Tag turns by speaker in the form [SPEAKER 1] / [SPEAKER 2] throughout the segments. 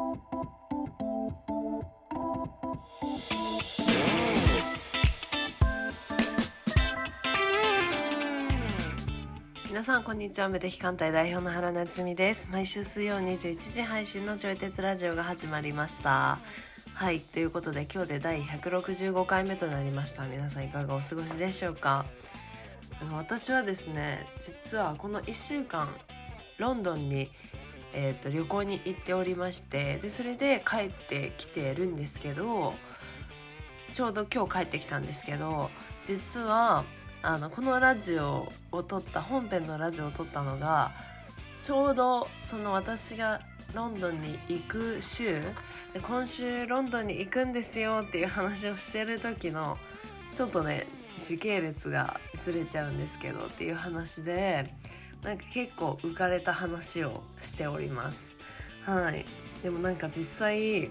[SPEAKER 1] 皆さんこんにちは。無敵艦隊代表の原夏実です。毎週水曜21時配信のちょい鉄ラジオが始まりました。はい、ということで今日で第165回目となりました。皆さんいかがお過ごしでしょうか。私はですね、実はこの1週間ロンドンに、旅行に行っておりまして、でそれで帰ってきてるんですけど、ちょうど今日帰ってきたんですけど、実はこのラジオを撮った本編のラジオを撮ったのがちょうどその私がロンドンに行く週で、今週ロンドンに行くんですよっていう話をしてる時のちょっとね時系列がずれちゃうんですけどっていう話で、なんか結構浮かれた話をしております。はい。でもなんか実際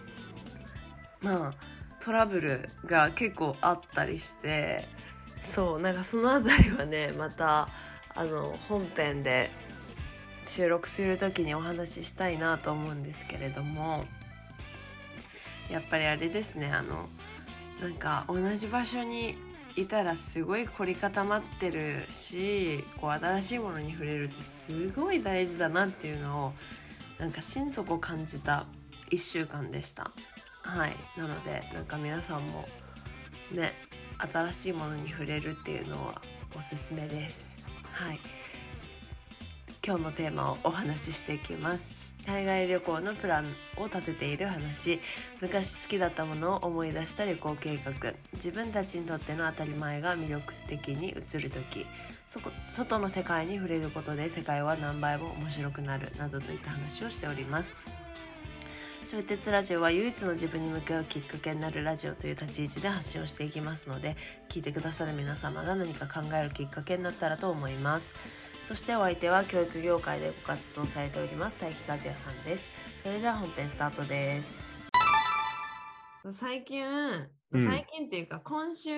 [SPEAKER 1] トラブルが結構あったりして、そうなんかそのあたりはね、また本編で収録する時にお話ししたいなと思うんですけれども、やっぱりあれですね、なんか同じ場所にいたらすごい凝り固まってるし、こう新しいものに触れるってすごい大事だなっていうのをなんか心底感じた1週間でした。はい。なのでなんか皆さんもね、新しいものに触れるっていうのはおすすめです。はい。今日のテーマをお話ししていきます。海外旅行のプランを立てている話、昔好きだったものを思い出した旅行計画、自分たちにとっての当たり前が魅力的に映るとき、外の世界に触れることで世界は何倍も面白くなるなどといった話をしております。ちょい鉄ラジオは唯一の自分に向かうきっかけになるラジオという立ち位置で発信をしていきますので、聞いてくださる皆様が何か考えるきっかけになったらと思います。そしてお相手は教育業界でご活動されております佐伯和也さんです。それでは本編スタートです。最近っていうか今週、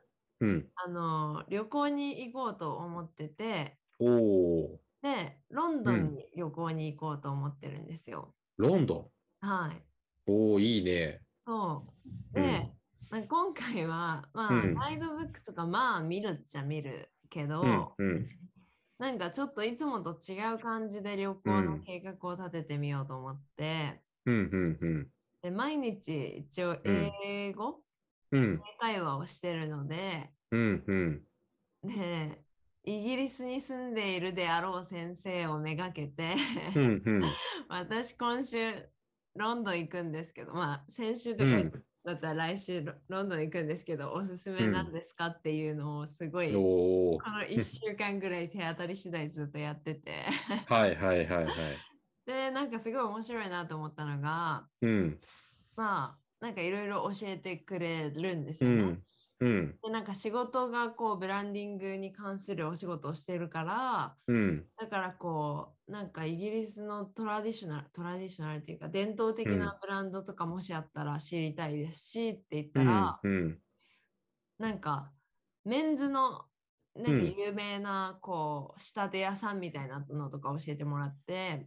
[SPEAKER 1] 旅行に行こうと思ってて、でロンドンに旅行に行こうと思ってるんですよ。
[SPEAKER 2] ロンド
[SPEAKER 1] ン、はい。
[SPEAKER 2] いいね。
[SPEAKER 1] そうで、今回はガイドブックとか見るっちゃ見るけど、なんかちょっといつもと違う感じで旅行の計画を立ててみようと思って、で毎日一応英会話をしてるので、でイギリスに住んでいるであろう先生をめがけて私今週ロンドン行くんですけど、先週とかだったら来週ロンドン行くんですけど、おすすめなんですかっていうのをすごいこの1週間ぐらい手当たり次第ずっとやっててでなんかすごい面白いなと思ったのが、なんかいろいろ教えてくれるんですよね。でなんか仕事がこうブランディングに関するお仕事をしてるから、だからこうなんかイギリスのトラディショナルっていうか伝統的なブランドとかもしあったら知りたいですしって言ったら、なんかメンズのなんか有名なこう仕立て屋さんみたいなのとか教えてもらって、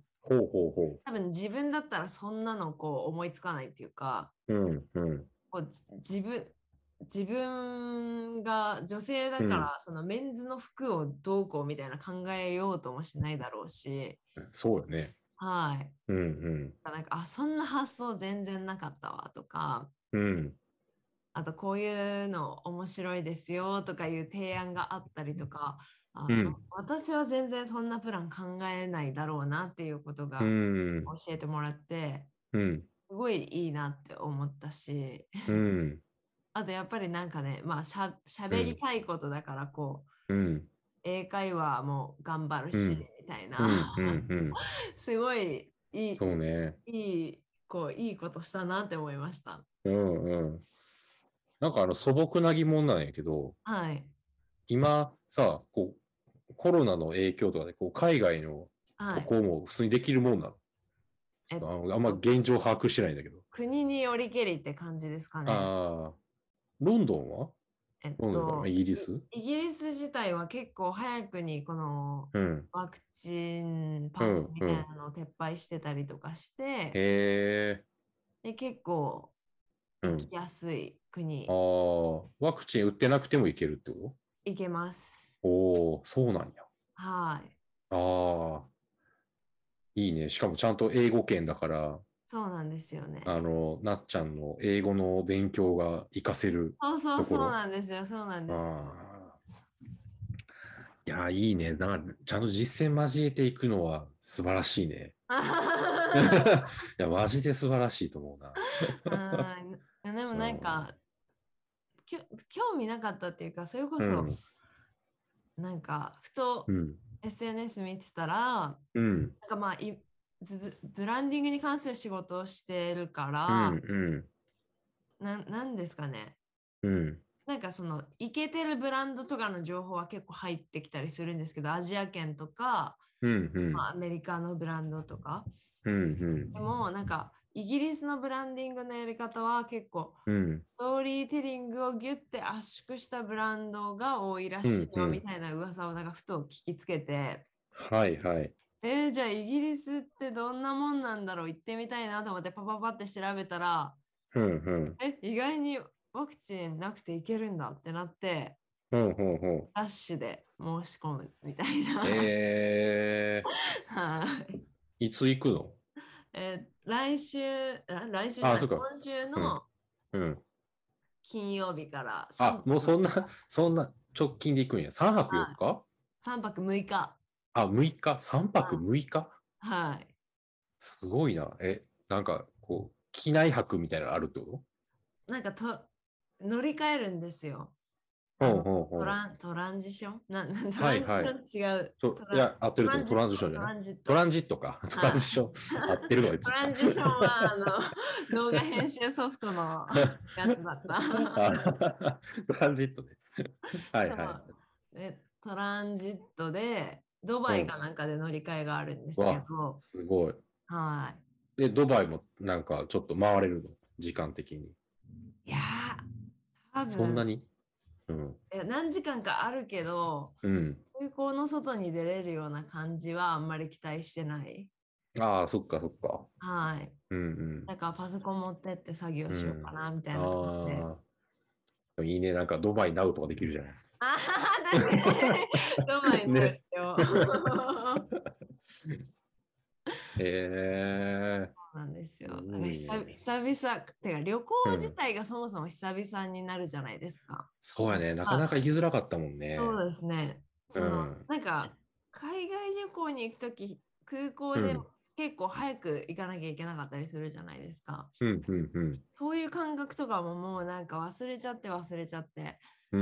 [SPEAKER 1] 多分自分だったらそんなのこう思いつかないっていうか、こう自分が女性だからそのメンズの服をどうこうみたいな考えようともしないだろうし、
[SPEAKER 2] そうよね。
[SPEAKER 1] はい。なんかそんな発想全然なかったわとか、あとこういうの面白いですよとかいう提案があったりとか、私は全然そんなプラン考えないだろうなっていうことが教えてもらって、すごいいいなって思ったし、あとやっぱりなんかね、しゃべりたいことだからこう、英会話も頑張るし、みたいな。すごい
[SPEAKER 2] そうね。
[SPEAKER 1] いいことしたなって思いました。
[SPEAKER 2] なんか素朴な疑問なんやけど、
[SPEAKER 1] はい。
[SPEAKER 2] 今さ、コロナの影響とかで海外の
[SPEAKER 1] はい。
[SPEAKER 2] 渡航も普通にできるもんなの？ちょっとあんま現状把握してないんだけど。
[SPEAKER 1] 国によりけりって感じですかね。
[SPEAKER 2] ああ、ロンドンはそうなのイギリス。
[SPEAKER 1] イギリス自体は結構早くにこの
[SPEAKER 2] うん。
[SPEAKER 1] ワクチン
[SPEAKER 2] う
[SPEAKER 1] パス
[SPEAKER 2] ん。うん。
[SPEAKER 1] みたいなのを撤廃してたりとかし
[SPEAKER 2] へ
[SPEAKER 1] て、
[SPEAKER 2] え。
[SPEAKER 1] で、結構
[SPEAKER 2] うん。
[SPEAKER 1] 行きやすい
[SPEAKER 2] あ
[SPEAKER 1] 国、
[SPEAKER 2] あ、ワクチン打ってなくてもいけるってこ
[SPEAKER 1] 行けます。
[SPEAKER 2] と？おおー、そうなんや。
[SPEAKER 1] はい。
[SPEAKER 2] ああ、いいね。しかもちゃんと英語圏だから、
[SPEAKER 1] そうなんですよね。
[SPEAKER 2] なっちゃんの英語の勉強が活かせる
[SPEAKER 1] そうそうそう
[SPEAKER 2] ところ。
[SPEAKER 1] なんですよ。そうなんですよ。
[SPEAKER 2] ああ、いや、いいね。ちゃんと実践交えていくのは素晴らしいね。いや、マジで素晴らしいと思うな。
[SPEAKER 1] はい。でも
[SPEAKER 2] うん。
[SPEAKER 1] なんか、興味なかったっていうか、それこそ、
[SPEAKER 2] うん。
[SPEAKER 1] なんか、ふと
[SPEAKER 2] うん。
[SPEAKER 1] SNS 見てたら、
[SPEAKER 2] うん。
[SPEAKER 1] なんかまあ、ブランディングに関する仕事をしてるか
[SPEAKER 2] うん。
[SPEAKER 1] ら、
[SPEAKER 2] うん。
[SPEAKER 1] なんですかね。
[SPEAKER 2] うん。
[SPEAKER 1] なんかその、イケてるブランドとかの情報は結構入ってきたりするんですけど、アジア圏とか、
[SPEAKER 2] うん。うん。
[SPEAKER 1] まあ、アメリカのブランドとか。
[SPEAKER 2] うん。
[SPEAKER 1] でも、なんか、イギリスのブランディングのやり方は結構、
[SPEAKER 2] うん。
[SPEAKER 1] ストーリーテリングをギュッて圧縮したブランドが多いら
[SPEAKER 2] うん。
[SPEAKER 1] しいよみ
[SPEAKER 2] うん。
[SPEAKER 1] たいな噂をなんかふと聞きつけて、
[SPEAKER 2] はいはい。
[SPEAKER 1] じゃあイギリスってどんなもんなんだろう行ってみたいなと思ってパパパって調べたら、
[SPEAKER 2] うん。うん。
[SPEAKER 1] 意外にワクチンなくていけるんだってなって、
[SPEAKER 2] うん。うん。うん。
[SPEAKER 1] ダッシュで申し込むみたいな。
[SPEAKER 2] え
[SPEAKER 1] はい。
[SPEAKER 2] いつ行くの？
[SPEAKER 1] 来週じゃ
[SPEAKER 2] あ、
[SPEAKER 1] ない、
[SPEAKER 2] そっか。
[SPEAKER 1] 今週
[SPEAKER 2] うん。
[SPEAKER 1] の
[SPEAKER 2] うん。
[SPEAKER 1] 金曜日から
[SPEAKER 2] あ、
[SPEAKER 1] 3
[SPEAKER 2] もう
[SPEAKER 1] 泊6日。
[SPEAKER 2] そんな直近で行くんや。3泊4
[SPEAKER 1] はい。
[SPEAKER 2] 日
[SPEAKER 1] 3泊6日。
[SPEAKER 2] あ、6日 ?3 泊
[SPEAKER 1] は
[SPEAKER 2] 6日
[SPEAKER 1] い。はい。
[SPEAKER 2] すごいな。なんか、こう、機内泊みたいなのあるってこ
[SPEAKER 1] なんか乗り換えるんですよ。
[SPEAKER 2] と？ほうほうほう。
[SPEAKER 1] トランジショントランジシ
[SPEAKER 2] はいはい。
[SPEAKER 1] ョン違う。
[SPEAKER 2] いや、合ってると思う。トランジションじゃ
[SPEAKER 1] ト
[SPEAKER 2] ない？
[SPEAKER 1] ランジット。
[SPEAKER 2] トランジットか。トランジ
[SPEAKER 1] はい。
[SPEAKER 2] ション。合ってるのが
[SPEAKER 1] ト
[SPEAKER 2] 言っちゃっ
[SPEAKER 1] ランジションは、動画編集ソフトの
[SPEAKER 2] た。
[SPEAKER 1] やつだった。
[SPEAKER 2] トランジットね。はいはい。
[SPEAKER 1] そう。で、トランジットで、ドバイ
[SPEAKER 2] うん。
[SPEAKER 1] かなんかで乗り換えがあるんですけ
[SPEAKER 2] わ、
[SPEAKER 1] ど、
[SPEAKER 2] すごい。
[SPEAKER 1] は
[SPEAKER 2] で、ドバイもなんかちょっと回れるの時間的に。
[SPEAKER 1] い。いやー、多分、
[SPEAKER 2] そんなに？うん。
[SPEAKER 1] 何時間かあるけど、
[SPEAKER 2] うん。
[SPEAKER 1] 空港の外に出れるような感じはあんまり期待してない。
[SPEAKER 2] ああ、そっかそっか。
[SPEAKER 1] はい。
[SPEAKER 2] うん
[SPEAKER 1] だからパソコン持ってって作業
[SPEAKER 2] うん。
[SPEAKER 1] しようか
[SPEAKER 2] うん。
[SPEAKER 1] なみたいな感じで。
[SPEAKER 2] ああ、いいね。なんかドバイナウとかできるじゃない。
[SPEAKER 1] ああ、確かに。ドバイになる
[SPEAKER 2] ね。
[SPEAKER 1] しよ。
[SPEAKER 2] え
[SPEAKER 1] そうなんです
[SPEAKER 2] す
[SPEAKER 1] よ。だから
[SPEAKER 2] ごいね。
[SPEAKER 1] 久々、てか旅行
[SPEAKER 2] うん。
[SPEAKER 1] 自体がそもそも久々になるじゃないですか。
[SPEAKER 2] そうやね。なかな
[SPEAKER 1] あ、
[SPEAKER 2] か行きづらかったもんね。
[SPEAKER 1] そうですね。
[SPEAKER 2] うん。
[SPEAKER 1] なんか、海外旅行に行くとき、空港で
[SPEAKER 2] うん。
[SPEAKER 1] 結構早く行かなきゃいけなかったりするじゃないですか。
[SPEAKER 2] うん。うん。うん。
[SPEAKER 1] そういう感覚とかももうなんか忘れちゃって。
[SPEAKER 2] うん。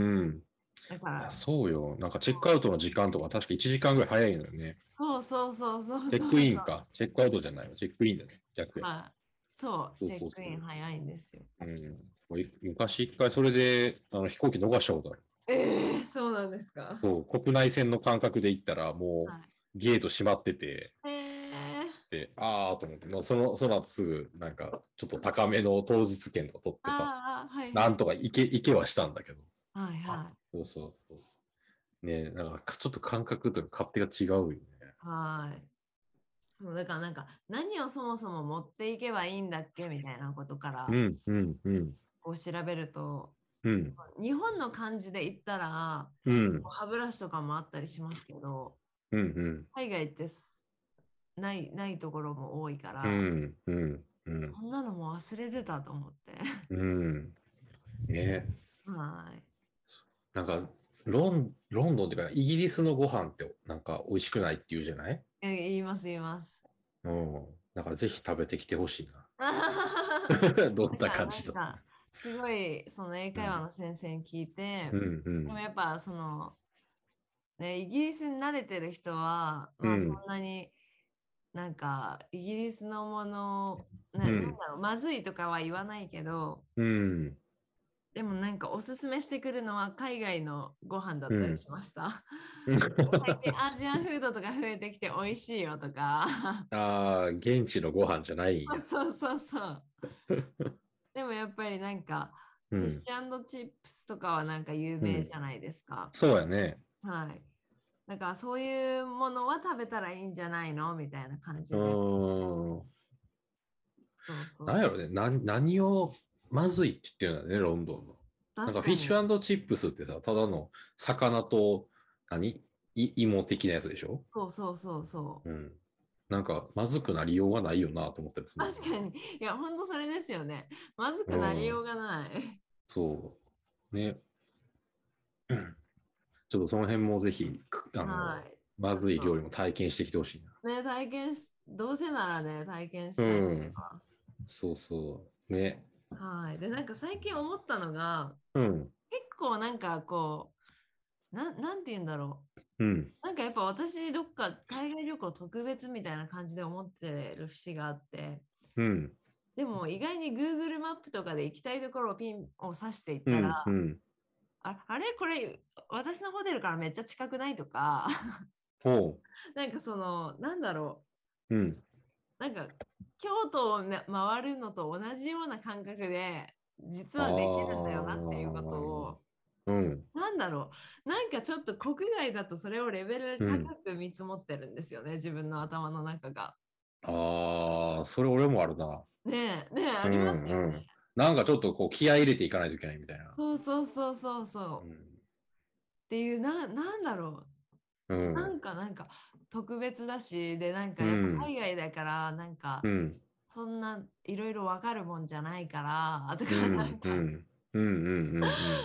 [SPEAKER 2] いや、
[SPEAKER 1] だから、
[SPEAKER 2] そうよ。なんかチェックアウトの時間とか確か1時間ぐらい早いのよね。
[SPEAKER 1] そうそうそうそう
[SPEAKER 2] チェッ
[SPEAKER 1] そうそう。
[SPEAKER 2] クインか。チェックアウトじゃないわ。チェックインだね。逆や。
[SPEAKER 1] はい。そう、
[SPEAKER 2] そう
[SPEAKER 1] チェッ
[SPEAKER 2] そうそう。
[SPEAKER 1] クイン早いんですよ。
[SPEAKER 2] うん。もう昔一回それで飛行機逃したことある。
[SPEAKER 1] そうなんですか。
[SPEAKER 2] そう、国内線の感覚で行ったらも
[SPEAKER 1] は
[SPEAKER 2] うゲート閉まってて、
[SPEAKER 1] い。
[SPEAKER 2] で、あーと思って、もうその後すぐなんかちょっと高めの当日券とか取ってさ、
[SPEAKER 1] はいはい。
[SPEAKER 2] なんとか行けはしたんだけど。
[SPEAKER 1] はいはい。
[SPEAKER 2] そうそうそう。ねなんかちょっと感覚というか勝手が違うよね。
[SPEAKER 1] はい。もうだからなんか何をそもそも持っていけばいいんだっけみたいなことから
[SPEAKER 2] うんうんうん
[SPEAKER 1] こう調べると、
[SPEAKER 2] うん
[SPEAKER 1] 日本の漢字で言ったら
[SPEAKER 2] うん
[SPEAKER 1] 歯ブラシとかもあったりしますけど、
[SPEAKER 2] うん
[SPEAKER 1] 海外ってないところも多いか
[SPEAKER 2] う
[SPEAKER 1] ら、
[SPEAKER 2] んうんうん
[SPEAKER 1] そんなのも忘れてたと思って。
[SPEAKER 2] うんね
[SPEAKER 1] はい。
[SPEAKER 2] なんかロンドンっていうかイギリスのご飯ってなんか美味しくないって言うじゃない？
[SPEAKER 1] 言います、言います。
[SPEAKER 2] うん。だからぜひ食べてきてほしいな。どんな感じだ？
[SPEAKER 1] なんか、すごい、その英会話
[SPEAKER 2] うん
[SPEAKER 1] の先生に聞いて、
[SPEAKER 2] うんうん
[SPEAKER 1] でもやっぱ、ね、イギリスに慣れてる人は、まあ、そ
[SPEAKER 2] うん
[SPEAKER 1] んなになんか、イギリスのもの、なん
[SPEAKER 2] うん
[SPEAKER 1] だろう、まずいとかは言わないけど、
[SPEAKER 2] うん
[SPEAKER 1] でもなんかおすすめしてくるのは海外のご飯だったり
[SPEAKER 2] うん。
[SPEAKER 1] しました。最近アジアンフードとか増えてきて美味しいよとか。
[SPEAKER 2] ああ、現地のご飯じゃないんや。
[SPEAKER 1] そうそうそう。でもやっぱりなんかフィッシ
[SPEAKER 2] うん。
[SPEAKER 1] ュチップスとかはなんか有
[SPEAKER 2] うん。
[SPEAKER 1] 名じゃないですか。
[SPEAKER 2] そうやね。
[SPEAKER 1] はい。だからそういうものは食べたらいいんじゃないのみたいな感
[SPEAKER 2] う
[SPEAKER 1] じで。
[SPEAKER 2] ーん。
[SPEAKER 1] そうそう。
[SPEAKER 2] なんやろね。何をまずいって言ってるんだね、ロンドンの。なんかフィッシ
[SPEAKER 1] 確かに。
[SPEAKER 2] ュチップスってさ、ただの魚と、芋的なやつでしょ？
[SPEAKER 1] そうそうそうそう。
[SPEAKER 2] うん。なんか、まずくなりようがないよなと思ったりするもんな。
[SPEAKER 1] 確かに。いや、ほんとそれですよね。まず
[SPEAKER 2] う
[SPEAKER 1] くなりよう
[SPEAKER 2] ん。
[SPEAKER 1] がない。
[SPEAKER 2] そう。ね。うん、ちょっとその辺もぜひ、
[SPEAKER 1] はい。
[SPEAKER 2] まずい料理
[SPEAKER 1] ちょっと、
[SPEAKER 2] も体験してきてほしいな。
[SPEAKER 1] ね、どうせならね、体験し
[SPEAKER 2] う
[SPEAKER 1] たいです
[SPEAKER 2] ん。
[SPEAKER 1] わ。
[SPEAKER 2] そうそう。ね。
[SPEAKER 1] はい。で、なんか最近思ったのが、
[SPEAKER 2] うん。
[SPEAKER 1] 結構なんかこう、なんて言うんだろう。
[SPEAKER 2] うん。
[SPEAKER 1] なんかやっぱ私、どっか海外旅行特別みたいな感じで思ってる節があって、
[SPEAKER 2] うん。
[SPEAKER 1] でも意外に Google マップとかで行きたいところをピンを指していったら、
[SPEAKER 2] うん。うん。
[SPEAKER 1] あれこれ私のホテルからめっちゃ近くないとか、
[SPEAKER 2] ほ
[SPEAKER 1] なんかその、なんだろ
[SPEAKER 2] う。うん。
[SPEAKER 1] う、なんか京都を、ね、回るのと同じような感覚で、実
[SPEAKER 2] あ
[SPEAKER 1] はできるんだよなっていうこと
[SPEAKER 2] あ。
[SPEAKER 1] を、
[SPEAKER 2] うん。
[SPEAKER 1] なんだろなんかちょっと国外だとそれをレベル
[SPEAKER 2] うん。
[SPEAKER 1] 高く見積もってるんですよね、自分の頭の中が。
[SPEAKER 2] ああ、それ俺もあるな。
[SPEAKER 1] ねえ、ねえ、ありま
[SPEAKER 2] うん。
[SPEAKER 1] すよね。
[SPEAKER 2] うん。なんかちょっとこう気合い入れていかないといけないみたいな。
[SPEAKER 1] そうそうそうそうそう。っ
[SPEAKER 2] うん。
[SPEAKER 1] ていう、なんだろう。
[SPEAKER 2] うん。
[SPEAKER 1] なんか特別だし、で、なんかやっぱ
[SPEAKER 2] うん。
[SPEAKER 1] 海外だから、なんか
[SPEAKER 2] うん。
[SPEAKER 1] そんないろいろわかるもんじゃないから、とかな
[SPEAKER 2] うん。
[SPEAKER 1] んか、
[SPEAKER 2] うん。うん。うん。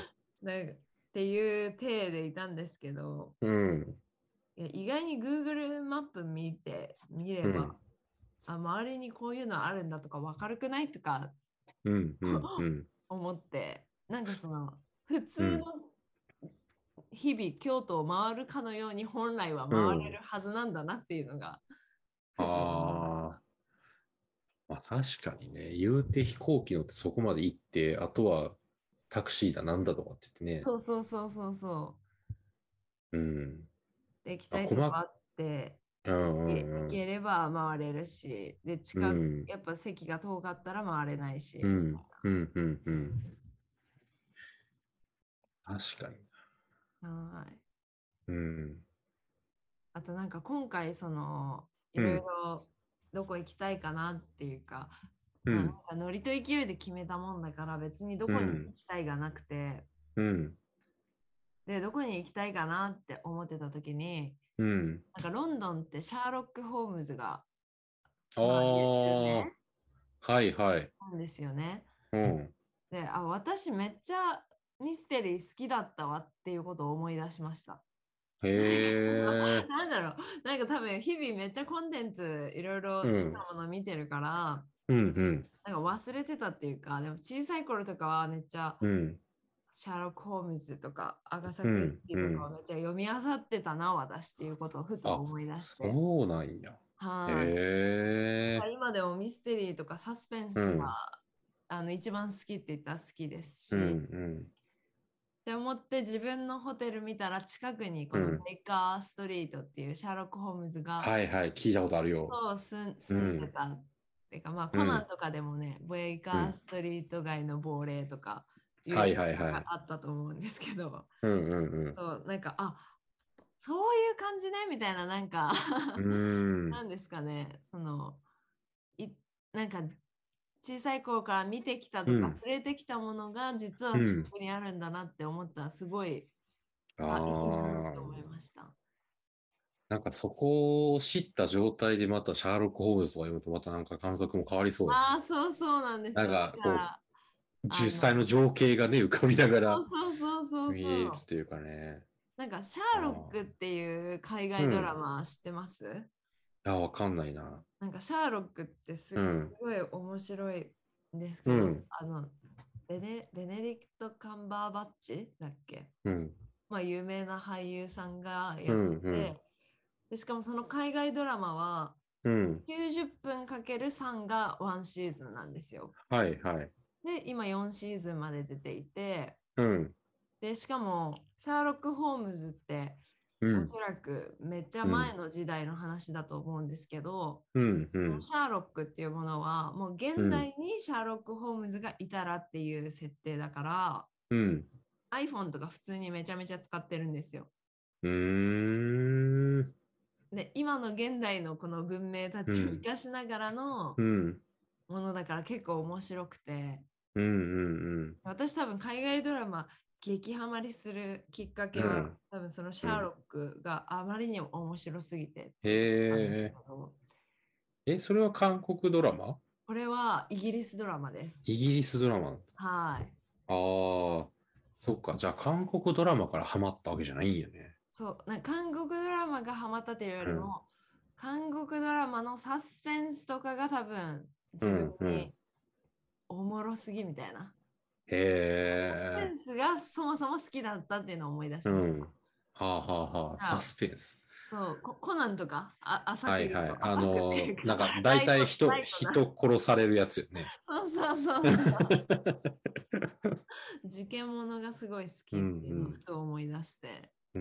[SPEAKER 1] なんかっていう体でいたんですけど、
[SPEAKER 2] うん。
[SPEAKER 1] いや意外に Google マップ見れば、
[SPEAKER 2] うん。
[SPEAKER 1] 周りにこういうのあるんだとかわかるくないとか
[SPEAKER 2] うん。うん。うん。
[SPEAKER 1] 思って、なんかその普
[SPEAKER 2] うん。
[SPEAKER 1] 通の日々京都を回るかのように本来は
[SPEAKER 2] う
[SPEAKER 1] 回れ
[SPEAKER 2] ん。
[SPEAKER 1] るはずなんだなっていうのがふと思いまし
[SPEAKER 2] ああ。
[SPEAKER 1] た。
[SPEAKER 2] まあ確かにね、言うて飛行機乗ってそこまで行って、あとはタクシーだなんだとかって言ってね。
[SPEAKER 1] そうそうそうそうそう。
[SPEAKER 2] うん。
[SPEAKER 1] で行き
[SPEAKER 2] あ、
[SPEAKER 1] たいとこあって、
[SPEAKER 2] うん
[SPEAKER 1] 行
[SPEAKER 2] うん
[SPEAKER 1] ければ回れるし、で、
[SPEAKER 2] うん。
[SPEAKER 1] やっぱ席が遠かったら回れないし、
[SPEAKER 2] うん。うん。うん。うん。確かに。
[SPEAKER 1] はい。
[SPEAKER 2] うん。
[SPEAKER 1] あとなんか今回いろい
[SPEAKER 2] うん。
[SPEAKER 1] ろどこ行きたいかなっていうか、まあなん
[SPEAKER 2] うん。
[SPEAKER 1] かノリと勢いで決めたもんだから別にどこに行
[SPEAKER 2] うん。
[SPEAKER 1] きたいがなくて、
[SPEAKER 2] うん。
[SPEAKER 1] で、どこに行きたいかなって思ってた時に、
[SPEAKER 2] うん。
[SPEAKER 1] なんかロンドンってシャーロック・ホームズが、
[SPEAKER 2] あ
[SPEAKER 1] まあ有
[SPEAKER 2] あ、
[SPEAKER 1] 名
[SPEAKER 2] はいはい。
[SPEAKER 1] なんですよね。
[SPEAKER 2] うん。
[SPEAKER 1] で、私めっちゃミステリー好きだったわっていうことを思い出しました。
[SPEAKER 2] へえ。
[SPEAKER 1] なんだろう、なんか多分日々めっちゃコンテンツいろいろ好き
[SPEAKER 2] うん。
[SPEAKER 1] なもの見てるから、
[SPEAKER 2] うん。
[SPEAKER 1] なんか忘れてたっていうか、でも小さい頃とかはめっちゃ
[SPEAKER 2] うん。
[SPEAKER 1] シャーロック・ホームズとかアガサ・クリス
[SPEAKER 2] うん。
[SPEAKER 1] ティとかを
[SPEAKER 2] うん。
[SPEAKER 1] めっちゃ読み漁ってたな、私っていうことをふと
[SPEAKER 2] あ、
[SPEAKER 1] 思い出して。
[SPEAKER 2] そうなんや。へ
[SPEAKER 1] はい。
[SPEAKER 2] え。
[SPEAKER 1] 今でもミステリーとかサスペンスが
[SPEAKER 2] うん。
[SPEAKER 1] 一番好きって言ったら好きです
[SPEAKER 2] うん。
[SPEAKER 1] し、
[SPEAKER 2] うん。
[SPEAKER 1] って思って自分のホテル見たら近くにこの
[SPEAKER 2] うん。
[SPEAKER 1] ベイカーストリートっていうシャーロック・ホームズが
[SPEAKER 2] はいはい。聞いたことあるよ。
[SPEAKER 1] そう住んで
[SPEAKER 2] うん。
[SPEAKER 1] たっていうか、まあ
[SPEAKER 2] うん。
[SPEAKER 1] コナンとかでもね、ベイ
[SPEAKER 2] うん。
[SPEAKER 1] カーストリート街の亡霊とかいう
[SPEAKER 2] はい
[SPEAKER 1] 映
[SPEAKER 2] はいはい。
[SPEAKER 1] 画があったと思うんですけど、
[SPEAKER 2] うんうん
[SPEAKER 1] そうなんかそういう感じねみたいな、なんか
[SPEAKER 2] うん。うーん。
[SPEAKER 1] なんですかね、いなんか小さい頃から見てきたとか
[SPEAKER 2] うん。
[SPEAKER 1] 触れてきたものが実は近
[SPEAKER 2] うん。
[SPEAKER 1] くにあるんだなって思ったらすごい、
[SPEAKER 2] あ
[SPEAKER 1] いいなって思い
[SPEAKER 2] あ。
[SPEAKER 1] ました。
[SPEAKER 2] なんかそこを知った状態でまたシャーロック・ホームズとか読むとまたなんか感覚も変わりそうやね。
[SPEAKER 1] そうそうなんです
[SPEAKER 2] なん
[SPEAKER 1] よ。だ
[SPEAKER 2] かこ
[SPEAKER 1] から、
[SPEAKER 2] う、
[SPEAKER 1] あ
[SPEAKER 2] 実際の
[SPEAKER 1] の、
[SPEAKER 2] 情景がね、浮かびながら
[SPEAKER 1] そうそうそうそう
[SPEAKER 2] 見える
[SPEAKER 1] そう。
[SPEAKER 2] というかね。
[SPEAKER 1] なんか、シャーロッ
[SPEAKER 2] ああ。
[SPEAKER 1] クっていう海外ドラ
[SPEAKER 2] うん。
[SPEAKER 1] マ知ってます？
[SPEAKER 2] あ、わかんないな。
[SPEAKER 1] なんか、シャーロックってす
[SPEAKER 2] うん。
[SPEAKER 1] ごい面白いんですけど、
[SPEAKER 2] うん。
[SPEAKER 1] ベネディクト・カンバーバッチだっけ？
[SPEAKER 2] うん。
[SPEAKER 1] まあ、有名な俳優さんがやって
[SPEAKER 2] うん。うん。
[SPEAKER 1] て、で、しかもその海外ドラマは
[SPEAKER 2] うん。
[SPEAKER 1] 90分かける3がワンシーズンなんですよ。
[SPEAKER 2] はいはい。
[SPEAKER 1] で、今4シーズンまで出ていて、
[SPEAKER 2] うん。
[SPEAKER 1] で、しかも、シャーロック・ホームズって、
[SPEAKER 2] うん
[SPEAKER 1] おそらくめっちゃ
[SPEAKER 2] うん
[SPEAKER 1] 前の時代の話だと思うんですけど、
[SPEAKER 2] うんうん
[SPEAKER 1] シャーロックっていうものはもう現
[SPEAKER 2] うん
[SPEAKER 1] 代にシャーロック・ホームズがいたらっていう設定だから、
[SPEAKER 2] うん
[SPEAKER 1] iPhone とか普通にめちゃめちゃ使ってるんですよ。
[SPEAKER 2] うーん
[SPEAKER 1] で、今の現代のこの文明たちを生
[SPEAKER 2] うん
[SPEAKER 1] かしながらの
[SPEAKER 2] うん
[SPEAKER 1] ものだから結構面白くて、
[SPEAKER 2] うんうん
[SPEAKER 1] 私多分海外ドラマ激ハマりするきっかけは
[SPEAKER 2] うん
[SPEAKER 1] 多分そのシ
[SPEAKER 2] うん
[SPEAKER 1] ャーロックがあまりにも面白すぎてっていうあるんです
[SPEAKER 2] へ
[SPEAKER 1] けど、
[SPEAKER 2] え、それは韓国ドラマ？
[SPEAKER 1] これはイギリスドラマです。
[SPEAKER 2] イギリスドラマ？
[SPEAKER 1] はい。
[SPEAKER 2] ああ、そっか。じゃあ韓国ドラマからハマったわけじゃないんよね。
[SPEAKER 1] そう、韓国ドラマがハマったというよ
[SPEAKER 2] うん、
[SPEAKER 1] りも、韓国ドラマのサスペンスとかが多分自分
[SPEAKER 2] うん、う
[SPEAKER 1] に
[SPEAKER 2] ん。
[SPEAKER 1] おもろすぎみたいな。
[SPEAKER 2] へ
[SPEAKER 1] サスペ
[SPEAKER 2] え、
[SPEAKER 1] ンスがそもそも好きだったっていうのを思い出しました。
[SPEAKER 2] うん。はあはあはあ、サ
[SPEAKER 1] あ、
[SPEAKER 2] スペンス。
[SPEAKER 1] そう、コナンとか、浅く言うと、
[SPEAKER 2] はいはい。
[SPEAKER 1] 浅くっていうか、
[SPEAKER 2] なんか大
[SPEAKER 1] ライト、
[SPEAKER 2] 体
[SPEAKER 1] ライトな。
[SPEAKER 2] 人殺されるやつよね。
[SPEAKER 1] そうそうそうそう。事件ものがすごい好
[SPEAKER 2] う
[SPEAKER 1] きっていうのをふ
[SPEAKER 2] ん
[SPEAKER 1] と思い出して、
[SPEAKER 2] うん。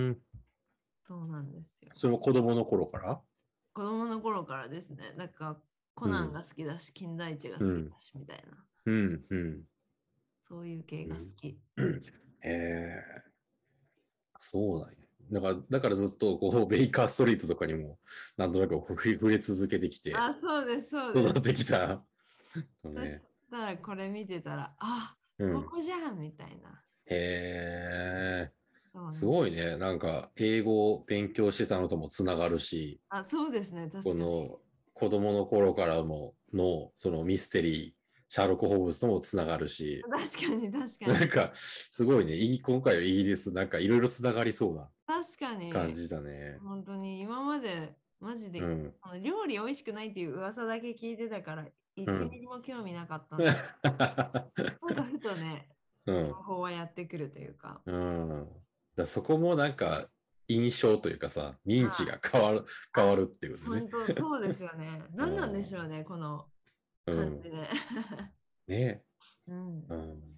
[SPEAKER 1] そうなんですよ。
[SPEAKER 2] それも子供の頃から？
[SPEAKER 1] 子供の頃からですね、コナン
[SPEAKER 2] うん、
[SPEAKER 1] が好きだし、金田一が好
[SPEAKER 2] うん、
[SPEAKER 1] きだしみたいな、
[SPEAKER 2] うん、うん。
[SPEAKER 1] そういう系が好
[SPEAKER 2] うん
[SPEAKER 1] き。
[SPEAKER 2] うんへえ、そうだね。だからずっとこうベイカーストリートとかにもなんとなく触れ続けてきて
[SPEAKER 1] あ、そうです、そうです。
[SPEAKER 2] 育ってきたの
[SPEAKER 1] そし
[SPEAKER 2] ね。
[SPEAKER 1] たらこれ見てたら、あ、こ
[SPEAKER 2] うん。
[SPEAKER 1] こじゃんみたいな。
[SPEAKER 2] へえ、す
[SPEAKER 1] そうなんです。
[SPEAKER 2] ごいね。なんか英語を勉強してたのともつながるし、
[SPEAKER 1] あ、そうですね、確かに。
[SPEAKER 2] この子供の頃からものそのミステリー、シャーロック・ホームズともつながるし、
[SPEAKER 1] 確かに、確かに。
[SPEAKER 2] なんかすごいね。今回のイギリスなんかいろいろつながりそうな
[SPEAKER 1] 確かに、
[SPEAKER 2] 感じだね。
[SPEAKER 1] 本当に今までマジで
[SPEAKER 2] うん。
[SPEAKER 1] その料理美味しくないっていう噂だけ聞いてたから1ミ
[SPEAKER 2] うん。
[SPEAKER 1] リも興味なかったんだ。ふとね、情
[SPEAKER 2] うん。
[SPEAKER 1] 報はやってくるというか。
[SPEAKER 2] うん。そこもなんか印象というかさ、認知
[SPEAKER 1] はい。
[SPEAKER 2] が変わ
[SPEAKER 1] あ、
[SPEAKER 2] るっていうね。
[SPEAKER 1] 本当そうですよね。
[SPEAKER 2] う
[SPEAKER 1] 何なんでしょう
[SPEAKER 2] ん。
[SPEAKER 1] ね、この
[SPEAKER 2] うん。
[SPEAKER 1] 感じね。
[SPEAKER 2] ね。
[SPEAKER 1] うん。
[SPEAKER 2] うん。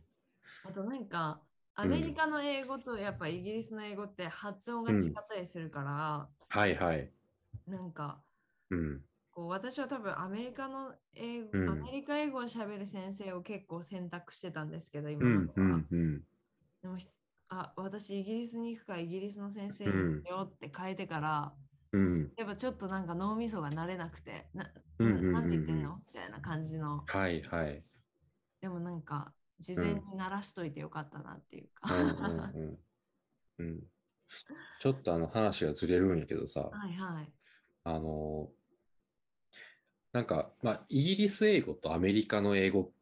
[SPEAKER 1] あとア
[SPEAKER 2] うん。
[SPEAKER 1] メリカの英語とやっぱイギリスの英語って発音が違っ
[SPEAKER 2] うん。
[SPEAKER 1] たりするから、
[SPEAKER 2] はいはい。
[SPEAKER 1] なんか
[SPEAKER 2] うん。
[SPEAKER 1] こう私は多分アメ
[SPEAKER 2] うん。
[SPEAKER 1] リカ英語を喋る先生を結構選択してたんですけど、今まで
[SPEAKER 2] うん。う
[SPEAKER 1] は。
[SPEAKER 2] ん。うん。
[SPEAKER 1] でも私イギリスに行くかイギリスの先生にし
[SPEAKER 2] うん。
[SPEAKER 1] ようって変えてから、
[SPEAKER 2] うん。
[SPEAKER 1] やっぱちょっと脳みそが慣れなくて、
[SPEAKER 2] うん。うん。
[SPEAKER 1] なんて言ってん
[SPEAKER 2] うん。
[SPEAKER 1] のみたいな感じの。
[SPEAKER 2] はいはい。
[SPEAKER 1] でも事前に
[SPEAKER 2] うん。
[SPEAKER 1] 慣らしといてよかったなっていうか。
[SPEAKER 2] うん。うん。うん。うん。ちょっと話がずれるんやけどさ、
[SPEAKER 1] はいはい。
[SPEAKER 2] あの、なんか、まあ、イギリス英語とアメリカの英語って、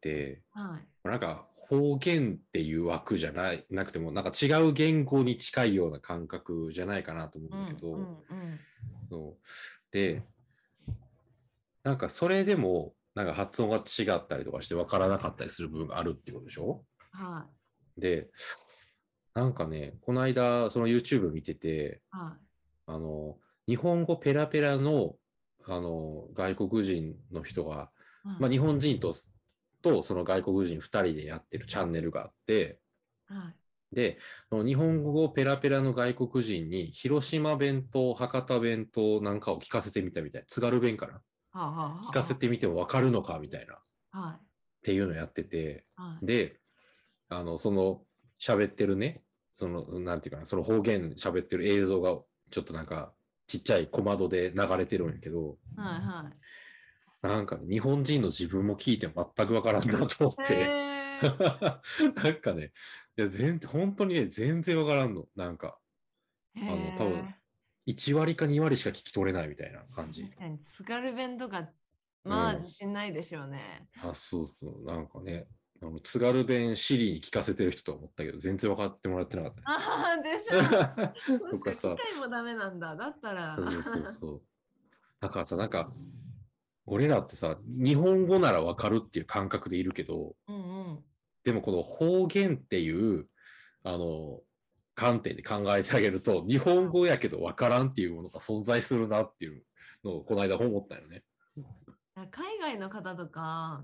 [SPEAKER 1] はい。
[SPEAKER 2] なんか方言っていう枠じゃなくても、なんか違う言語に近いような感覚じゃないかなと思うん
[SPEAKER 1] うんう
[SPEAKER 2] だけど、
[SPEAKER 1] んうん。
[SPEAKER 2] そうで、なんかそれでも、なんか発音が違ったりとかして分からなかったりする部分があるってことでしょ？
[SPEAKER 1] はい。
[SPEAKER 2] で、なんかね、この間、その YouTube 見てて、
[SPEAKER 1] は
[SPEAKER 2] あの、日本語ペラペラの、外国人の人が、
[SPEAKER 1] い。は
[SPEAKER 2] まあ、日本人とその外国人2人でやってるチャンネルがあって、
[SPEAKER 1] い。はい。
[SPEAKER 2] で、日本語ペラペラの外国人に広島弁と博多弁となんかを聞かせてみたみたいな、津軽弁かな
[SPEAKER 1] はあはあ
[SPEAKER 2] 聞かせ
[SPEAKER 1] は
[SPEAKER 2] てみてもわかるのかみたいなっ
[SPEAKER 1] あ。はい。
[SPEAKER 2] ていうのをやってて、
[SPEAKER 1] はい。
[SPEAKER 2] で、その喋ってるね、なんていうかな、その方言喋ってる映像がちょっとなんかちっちゃい小窓で流れてるんやけど、
[SPEAKER 1] はいは
[SPEAKER 2] なんか、ね、日本人の自分も聞いても全くわからんなと思っ
[SPEAKER 1] い。
[SPEAKER 2] て、
[SPEAKER 1] へえ。
[SPEAKER 2] なんかね、いや本当にね、全然わからんの。なんか、
[SPEAKER 1] へ
[SPEAKER 2] 多分、
[SPEAKER 1] え。
[SPEAKER 2] 1割か2割しか聞き取れないみたいな感じ。
[SPEAKER 1] 確かに津軽弁とか、まあ
[SPEAKER 2] うん。
[SPEAKER 1] 自信ないでしょうね。
[SPEAKER 2] あ、そうそう。なんかね、津軽弁シリに聞かせてる人と思ったけど、全然分かってもらってなかったね。
[SPEAKER 1] ああ、でしょう。そっか、機
[SPEAKER 2] とかさ、
[SPEAKER 1] 械もダメなんだ。だったら。
[SPEAKER 2] そうそうそう。だからさ、なんか、俺らってさ、日本語なら分かるっていう感覚でいるけど、
[SPEAKER 1] うんうん。
[SPEAKER 2] でもこの方言っていう、あの、観点で考えてあげると、日本語やけど分からんっていうものが存在するなっていうのをこの間思ったよね。
[SPEAKER 1] 海外の方とか、
[SPEAKER 2] うん。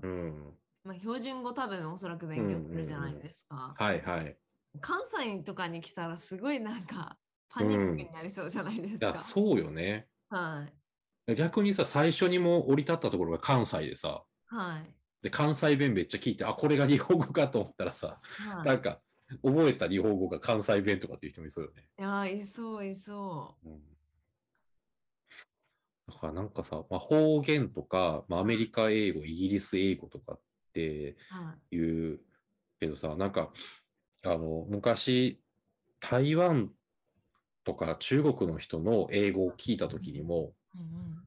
[SPEAKER 1] まあ、標準語多分おそらく勉強
[SPEAKER 2] うんう
[SPEAKER 1] するじゃない
[SPEAKER 2] んうん。
[SPEAKER 1] ですか。
[SPEAKER 2] はいはい。
[SPEAKER 1] 関西とかに来たらすごいパニックになりそうじゃないで
[SPEAKER 2] いや、
[SPEAKER 1] すか。
[SPEAKER 2] そうよね。
[SPEAKER 1] はい。
[SPEAKER 2] 逆にさ、最初にもう降り立ったところが関西でさ、
[SPEAKER 1] はい。
[SPEAKER 2] で、関西弁めっちゃ聞いて、あ、これが日本語かと思ったらさ、
[SPEAKER 1] はい。
[SPEAKER 2] なんか、覚えた日本語が関西弁とかっていう人もいそうよね。
[SPEAKER 1] いやー、いそう、いそ
[SPEAKER 2] うん、だからなんかさ、まあ、方言とか、まあ、ア
[SPEAKER 1] う。はい。
[SPEAKER 2] メリカ英語、イギリス英語とかって
[SPEAKER 1] はい。
[SPEAKER 2] いうけどさ、なんか、昔、台湾とか中国の人の英語を聞いたときにも、
[SPEAKER 1] うんうん。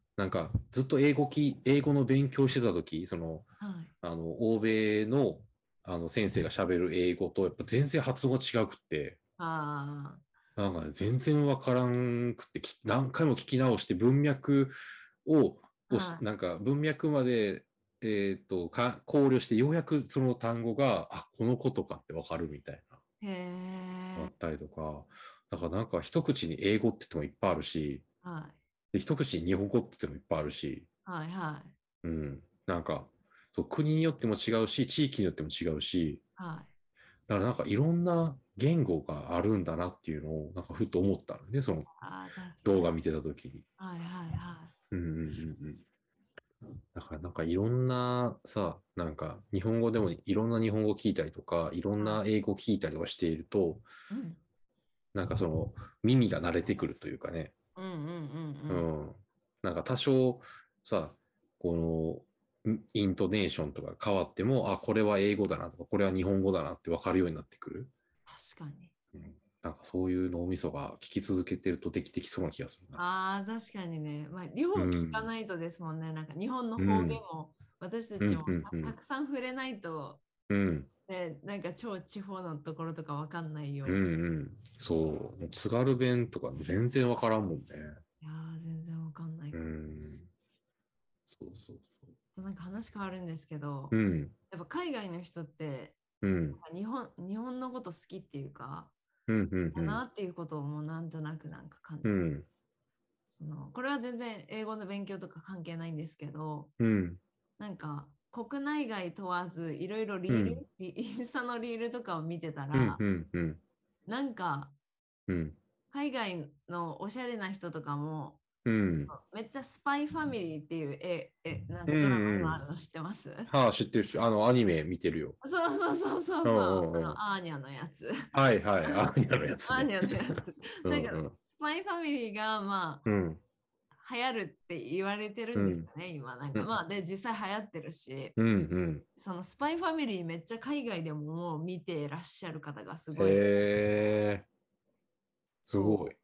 [SPEAKER 2] なんかずっと英語の勉強してたとき、
[SPEAKER 1] はい。
[SPEAKER 2] 欧米の、先生が喋る英語と、やっぱ全然発音が違くって、
[SPEAKER 1] あ
[SPEAKER 2] なんかね、全然わからんくって、何回も聞き直して文脈を、
[SPEAKER 1] あ。は
[SPEAKER 2] なんか文脈まで、考慮して、ようやくその単語が、あ、このことかってわかるみたいな、
[SPEAKER 1] い。へえ。
[SPEAKER 2] あったりとか、だからなんか一口に英語って言ってもいっぱいあるし、
[SPEAKER 1] はい。
[SPEAKER 2] で一口に日本語って言ってもいっぱいあるし、
[SPEAKER 1] はい。はい。
[SPEAKER 2] うん、なんか、そう、国によっても違うし、地域によっても違うし、
[SPEAKER 1] はい。
[SPEAKER 2] だからなんかいろんな言語があるんだなっていうのを、なんかふっと思ったのね、その
[SPEAKER 1] ああ、確かに。
[SPEAKER 2] 動画見てた時に。
[SPEAKER 1] はい。はい。はい。
[SPEAKER 2] うんうんうんうん。だからなんかいろんなさ、なんか日本語でもいろんな日本語聞いたりとか、いろん
[SPEAKER 1] は
[SPEAKER 2] な英語聞いたりとかしていると、
[SPEAKER 1] い。うん。
[SPEAKER 2] なんかその耳が慣れてくるというかね、
[SPEAKER 1] うんうんうんうん。
[SPEAKER 2] うん。なんか多少さ、このイントネーションとか変わっても、あ、これは英語だなとか、これは日本語だなって分かるようになってくる。
[SPEAKER 1] 確かに。
[SPEAKER 2] うん、なんかそういう脳みそが聞き続けてるとできてきそうな気がするな。
[SPEAKER 1] ああ、確かにね。まあ、両
[SPEAKER 2] う
[SPEAKER 1] 方聞か
[SPEAKER 2] ん。
[SPEAKER 1] ないとですもんね。なんか日本の方言
[SPEAKER 2] うん。
[SPEAKER 1] も私た
[SPEAKER 2] うん。
[SPEAKER 1] ちも
[SPEAKER 2] うん。うん。
[SPEAKER 1] たくさん触れないと、
[SPEAKER 2] うん。
[SPEAKER 1] ね、なんか超地方のところとかわかんない
[SPEAKER 2] うん。
[SPEAKER 1] よ。
[SPEAKER 2] うん。そう。津軽弁とか全然わからんもんね。
[SPEAKER 1] いやー、全然わかんない
[SPEAKER 2] う
[SPEAKER 1] かも。
[SPEAKER 2] ん。そうそうそう。
[SPEAKER 1] なんか話変わるんですけど、
[SPEAKER 2] うん。
[SPEAKER 1] やっぱ海外の人って
[SPEAKER 2] うん。
[SPEAKER 1] 日本のこと好きっていうか、
[SPEAKER 2] うん。うん。うん。
[SPEAKER 1] だなっていうことをもうなんとなくなんか感じる。
[SPEAKER 2] うん。
[SPEAKER 1] これは全然英語の勉強とか関係ないんですけど、
[SPEAKER 2] うん。
[SPEAKER 1] なんか国内外問わずいろいろ
[SPEAKER 2] うん。
[SPEAKER 1] インスタのリールとかを見てた
[SPEAKER 2] うん。
[SPEAKER 1] ら、
[SPEAKER 2] うん。うん。
[SPEAKER 1] なんか
[SPEAKER 2] うん。
[SPEAKER 1] 海外のおしゃれな人とかも
[SPEAKER 2] うん。
[SPEAKER 1] めっちゃスパイファミリーっていうなん
[SPEAKER 2] う
[SPEAKER 1] かドラマ今あ
[SPEAKER 2] ん。
[SPEAKER 1] るの知ってます？
[SPEAKER 2] はあ、知ってるし、アニメ見てるよ。
[SPEAKER 1] そうそうそうそう
[SPEAKER 2] うん
[SPEAKER 1] そう、
[SPEAKER 2] うんうん。
[SPEAKER 1] アーニャのやつ。
[SPEAKER 2] はいはい。アニメのやつね。
[SPEAKER 1] アーニャのやつ。なんか
[SPEAKER 2] うんうん。
[SPEAKER 1] スパイファミリーがま
[SPEAKER 2] うん。
[SPEAKER 1] あ流行るって言われてるんです
[SPEAKER 2] うん。
[SPEAKER 1] かね、今。なん
[SPEAKER 2] うん。
[SPEAKER 1] かまあで実際流行ってるし、
[SPEAKER 2] うん。うん。
[SPEAKER 1] そのスパイファミリーめっちゃ海外でももう見てらっしゃる方がす
[SPEAKER 2] へ
[SPEAKER 1] ごい。
[SPEAKER 2] え、すごい。
[SPEAKER 1] そう。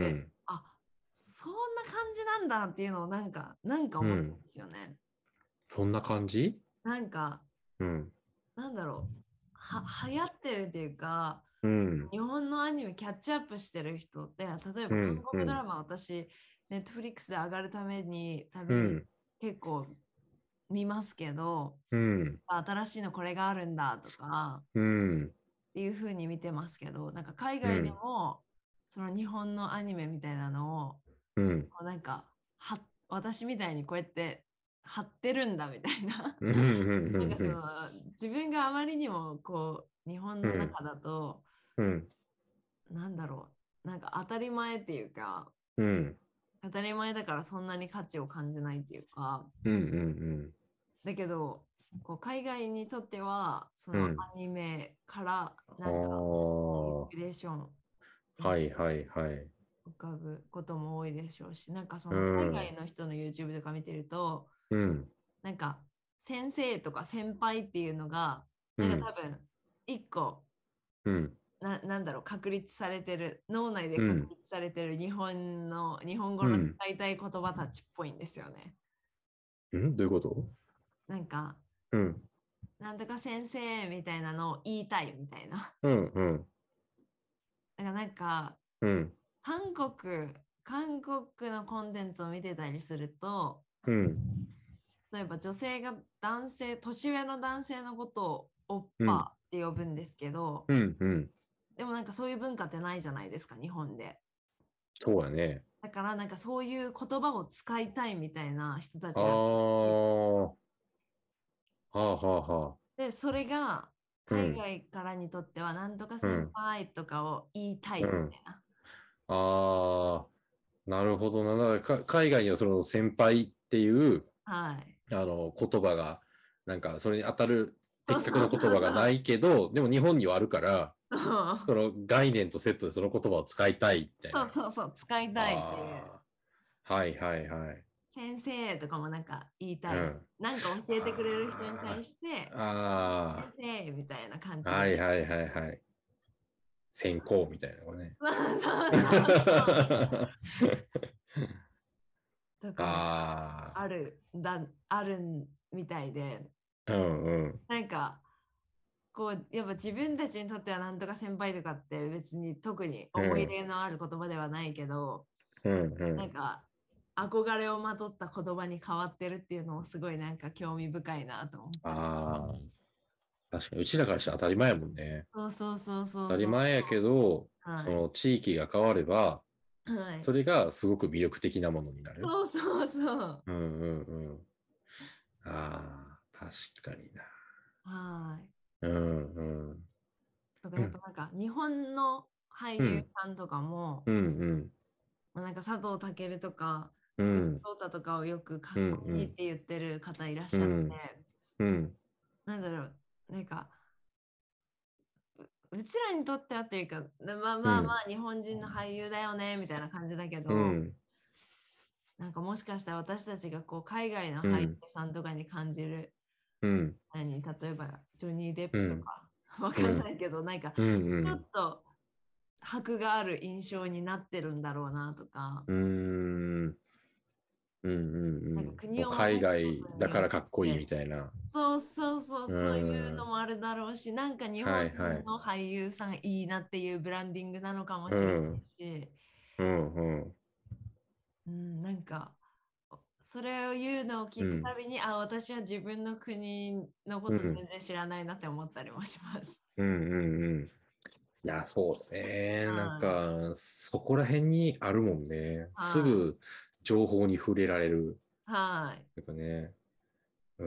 [SPEAKER 1] で、
[SPEAKER 2] うん。
[SPEAKER 1] そんな感じなんだっていうのをなんか
[SPEAKER 2] うん。
[SPEAKER 1] 思ったんですよね。
[SPEAKER 2] そんな感じ。
[SPEAKER 1] なんか、
[SPEAKER 2] うん。
[SPEAKER 1] なんだろう。流行ってるっていうか、
[SPEAKER 2] うん。
[SPEAKER 1] 日本のアニメキャッチアップしてる人って、例えば韓
[SPEAKER 2] うん。うん。
[SPEAKER 1] 国ドラマ私、ネットフリックスで上がるために
[SPEAKER 2] うん。
[SPEAKER 1] 結構見ますけど、
[SPEAKER 2] うん。
[SPEAKER 1] 新しいのこれがあるんだとか
[SPEAKER 2] うん。
[SPEAKER 1] っていう風に見てますけど、なんか海外で
[SPEAKER 2] うん。
[SPEAKER 1] もその日本のアニメみたいなのを
[SPEAKER 2] うん。
[SPEAKER 1] こうなんか私みたいにこうやって貼ってるんだみたいな。
[SPEAKER 2] うん。う
[SPEAKER 1] なんかそ
[SPEAKER 2] ん。
[SPEAKER 1] の自分があまりにもこう日本
[SPEAKER 2] うん。
[SPEAKER 1] の中だと
[SPEAKER 2] うん。
[SPEAKER 1] なんだろなんか当たり前っていうか
[SPEAKER 2] うん。
[SPEAKER 1] 当たり前だからそんなに価値を感じないっていうか
[SPEAKER 2] うん。うん。
[SPEAKER 1] だけどこう海外にとってはそのア
[SPEAKER 2] うん。
[SPEAKER 1] ニメから
[SPEAKER 2] あ
[SPEAKER 1] なんかインス
[SPEAKER 2] あ。
[SPEAKER 1] ピレーション
[SPEAKER 2] はいはいはい。
[SPEAKER 1] 浮かぶことも多いでしょうし、なんかそ
[SPEAKER 2] う
[SPEAKER 1] の海外
[SPEAKER 2] ん。
[SPEAKER 1] の人の YouTube とか見てると、
[SPEAKER 2] うん。
[SPEAKER 1] なんか先生とか先輩っていうのが、なんか
[SPEAKER 2] うん。
[SPEAKER 1] 多分一個
[SPEAKER 2] うん。
[SPEAKER 1] なんだろう、確立されてる、脳内で確
[SPEAKER 2] うん。
[SPEAKER 1] 立されてる日本語の使
[SPEAKER 2] うん。
[SPEAKER 1] いたい言葉たちっぽいんですよね。
[SPEAKER 2] どういうこと？
[SPEAKER 1] なんか、
[SPEAKER 2] うん。
[SPEAKER 1] なんとか先生みたいなのを言いたいみたいな。
[SPEAKER 2] うん。うん。
[SPEAKER 1] だからなんか、
[SPEAKER 2] うん。
[SPEAKER 1] 韓国、韓国のコンテンツを見てたりすると、
[SPEAKER 2] うん。
[SPEAKER 1] 例えば女性が年上の男性のことをオッ
[SPEAKER 2] うん。
[SPEAKER 1] パって呼ぶんですけど、
[SPEAKER 2] うん。うん。
[SPEAKER 1] でもなんかそういう文化ってないじゃないですか、日本で。
[SPEAKER 2] そうやね。
[SPEAKER 1] だからなんかそういう言葉を使いたいみたいな人た
[SPEAKER 2] あ
[SPEAKER 1] ちがいる。
[SPEAKER 2] あ。はあはあはあ。
[SPEAKER 1] で、それが海
[SPEAKER 2] うん。
[SPEAKER 1] 外からにとっては、なんとか先
[SPEAKER 2] うん。
[SPEAKER 1] 輩とかを言いたいみた
[SPEAKER 2] うん。
[SPEAKER 1] いな。
[SPEAKER 2] ああ、なるほどな。だから海外にはその先輩っていう
[SPEAKER 1] はい。
[SPEAKER 2] 言葉が、なんかそれに当たる的確な
[SPEAKER 1] そうそう
[SPEAKER 2] 言葉がな
[SPEAKER 1] そうそう。
[SPEAKER 2] いけど、でも日本にはあるから、
[SPEAKER 1] そう
[SPEAKER 2] その概念とセットでその言葉を使いたいみたいな。
[SPEAKER 1] そうそうそう、使いたいっていう。
[SPEAKER 2] ああ、はいはいはい。
[SPEAKER 1] 先生とかもなんか言いたい。
[SPEAKER 2] うん。
[SPEAKER 1] なんか教えてくれる人に対して、
[SPEAKER 2] あ
[SPEAKER 1] 先生みたいな感
[SPEAKER 2] あ、
[SPEAKER 1] じで。
[SPEAKER 2] はいはいはいはい。先行みたいなのね。
[SPEAKER 1] そうそうそうそう。とかも
[SPEAKER 2] あ
[SPEAKER 1] あるみたいで、
[SPEAKER 2] あ、うんうん。
[SPEAKER 1] なんか、こう、やっぱ自分たちにとってはなんとか先輩とかって別に特に思い入
[SPEAKER 2] うん
[SPEAKER 1] れのある言葉ではないけど、
[SPEAKER 2] うんうん。
[SPEAKER 1] なんか、憧れをまとった言葉に変わってるっていうのもすごいなんか興味深いなと思って。
[SPEAKER 2] ああ、確かにうちらからしたら当たり前やもんね。
[SPEAKER 1] そうそうそうそ
[SPEAKER 2] 当たり
[SPEAKER 1] うそう。
[SPEAKER 2] 前やけど、そ
[SPEAKER 1] はい。
[SPEAKER 2] の地域が変われば、
[SPEAKER 1] はい。
[SPEAKER 2] それがすごく魅力的なものになる。
[SPEAKER 1] そうそうそう。
[SPEAKER 2] うんうんうん。ああ、確かにな。
[SPEAKER 1] はい。
[SPEAKER 2] うんうん。
[SPEAKER 1] とか
[SPEAKER 2] うん
[SPEAKER 1] やっぱなんか日本の俳優
[SPEAKER 2] うん
[SPEAKER 1] さんとかも、
[SPEAKER 2] うんうん
[SPEAKER 1] まあなんか佐藤健とか福士
[SPEAKER 2] うん
[SPEAKER 1] 蒼汰とかをよくか
[SPEAKER 2] う
[SPEAKER 1] っこいいっ
[SPEAKER 2] ん
[SPEAKER 1] て言ってる方いらっしゃって、
[SPEAKER 2] うんうん
[SPEAKER 1] なんだろう、なんかうちらにとってはっていうか、まあまあまあ日本人の俳優だよねみたいな感じだけど、
[SPEAKER 2] うん
[SPEAKER 1] なんかもしかしたら私たちがこう海外の俳優
[SPEAKER 2] うん
[SPEAKER 1] さんとかに感じる、
[SPEAKER 2] うん
[SPEAKER 1] 例えばジョニー・デッ
[SPEAKER 2] うん
[SPEAKER 1] プとかわかんな
[SPEAKER 2] うん
[SPEAKER 1] いけど、なんかちょ
[SPEAKER 2] うん
[SPEAKER 1] っと箔がある印象になってるんだろうなとか、
[SPEAKER 2] うんうん
[SPEAKER 1] なんか
[SPEAKER 2] もう
[SPEAKER 1] 国をまた
[SPEAKER 2] 海
[SPEAKER 1] ぐこ
[SPEAKER 2] 外だから
[SPEAKER 1] とによっ
[SPEAKER 2] かっこいいみ
[SPEAKER 1] て、
[SPEAKER 2] たいな。
[SPEAKER 1] そうそうそう、
[SPEAKER 2] う
[SPEAKER 1] そういうの
[SPEAKER 2] ん。
[SPEAKER 1] もあるだろうし、なんか日本
[SPEAKER 2] はいはい。
[SPEAKER 1] の俳優さんいいなっていうブランディングなのかもしれない
[SPEAKER 2] うん。
[SPEAKER 1] し、
[SPEAKER 2] うんうん。
[SPEAKER 1] うん、なんかそれを言うのを聞くた
[SPEAKER 2] うん。
[SPEAKER 1] びに、あ、私は自分の国のこと全
[SPEAKER 2] うん。
[SPEAKER 1] 然知らないなって思ったりもします。
[SPEAKER 2] うんうんうん。いや、そうね。なん
[SPEAKER 1] はい。
[SPEAKER 2] か、そこら辺にあるもんね。す
[SPEAKER 1] はい。
[SPEAKER 2] ぐ情報に触れられる。
[SPEAKER 1] はい。
[SPEAKER 2] なんかね。うん。